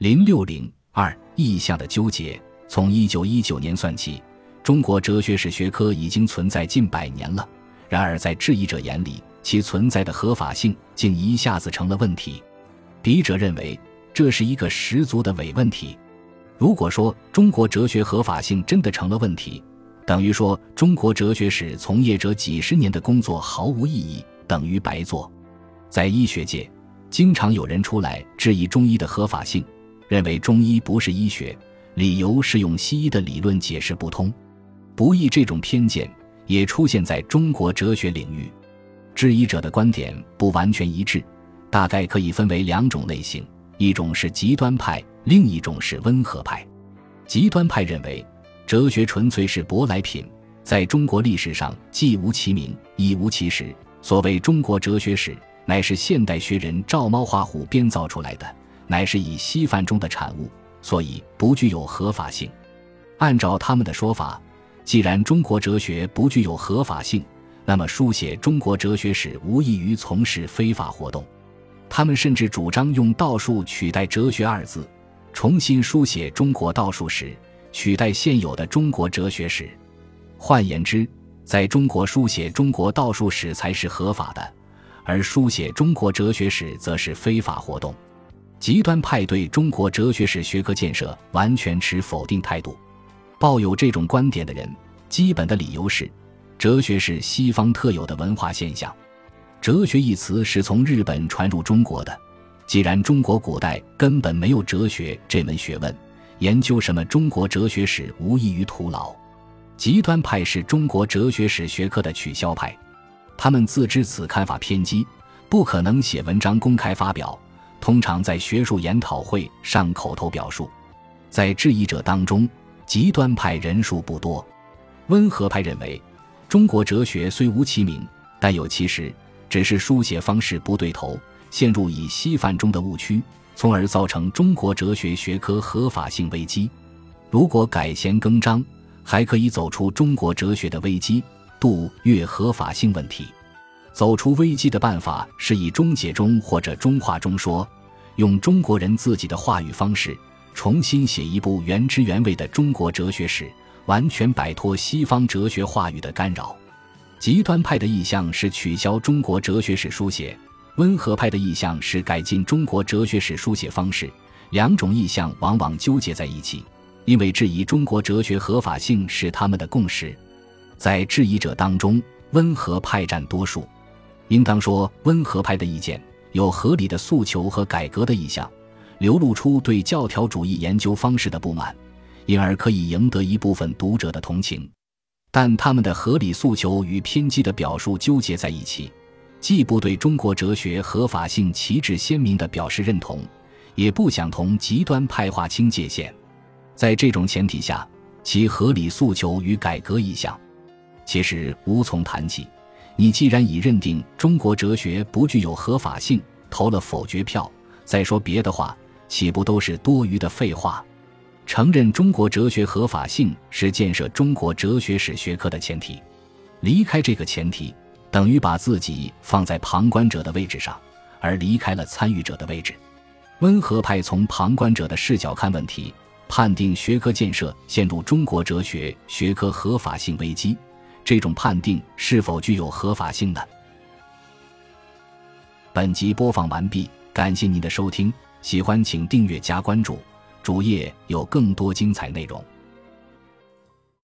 060-2意象的纠结。从1919年算起，中国哲学史学科已经存在近100年了，然而在质疑者眼里，其存在的合法性竟一下子成了问题。笔者认为，这是一个十足的伪问题。如果说中国哲学合法性真的成了问题，等于说中国哲学史从业者几十年的工作毫无意义，等于白做。在医学界，经常有人出来质疑中医的合法性，认为中医不是医学，理由是用西医的理论解释不通。不义这种偏见也出现在中国哲学领域。质疑者的观点不完全一致，大概可以分为2种类型，一种是极端派，另一种是温和派。极端派认为哲学纯粹是舶来品，在中国历史上既无其名亦无其实，所谓中国哲学史乃是现代学人照猫画虎编造出来的，乃是以西范中的产物，所以不具有合法性。按照他们的说法，既然中国哲学不具有合法性，那么书写中国哲学史无异于从事非法活动。他们甚至主张用道术取代哲学2字，重新书写中国道术史，取代现有的中国哲学史。换言之，在中国书写中国道术史才是合法的，而书写中国哲学史则是非法活动。极端派对中国哲学史学科建设完全持否定态度。抱有这种观点的人，基本的理由是，哲学是西方特有的文化现象。哲学一词是从日本传入中国的，既然中国古代根本没有哲学这门学问，研究什么中国哲学史无异于徒劳。极端派是中国哲学史学科的取消派，他们自知此看法偏激，不可能写文章公开发表，通常在学术研讨会上口头表述。在质疑者当中，极端派人数不多。温和派认为，中国哲学虽无其名，但有其实，只是书写方式不对头，陷入以西范中的误区，从而造成中国哲学学科合法性危机。如果改弦更张，还可以走出中国哲学的危机，度越合法性问题。走出危机的办法是以中解中或者中化中说，用中国人自己的话语方式重新写一部原汁原味的中国哲学史，完全摆脱西方哲学话语的干扰。极端派的意向是取消中国哲学史书写，温和派的意向是改进中国哲学史书写方式。2种意向往往纠结在一起，因为质疑中国哲学合法性是他们的共识。在质疑者当中，温和派占多数。应当说，温和派的意见有合理的诉求和改革的意向，流露出对教条主义研究方式的不满，因而可以赢得一部分读者的同情。但他们的合理诉求与偏激的表述纠结在一起，既不对中国哲学合法性旗帜鲜明地表示认同，也不想同极端派划清界限。在这种前提下，其合理诉求与改革意向其实无从谈起。你既然已认定中国哲学不具有合法性，投了否决票，再说别的话，岂不都是多余的废话？承认中国哲学合法性是建设中国哲学史学科的前提，离开这个前提，等于把自己放在旁观者的位置上，而离开了参与者的位置。温和派从旁观者的视角看问题，判定学科建设陷入中国哲学学科合法性危机，这种判定是否具有合法性呢？本集播放完毕，感谢您的收听，喜欢请订阅加关注，主页有更多精彩内容。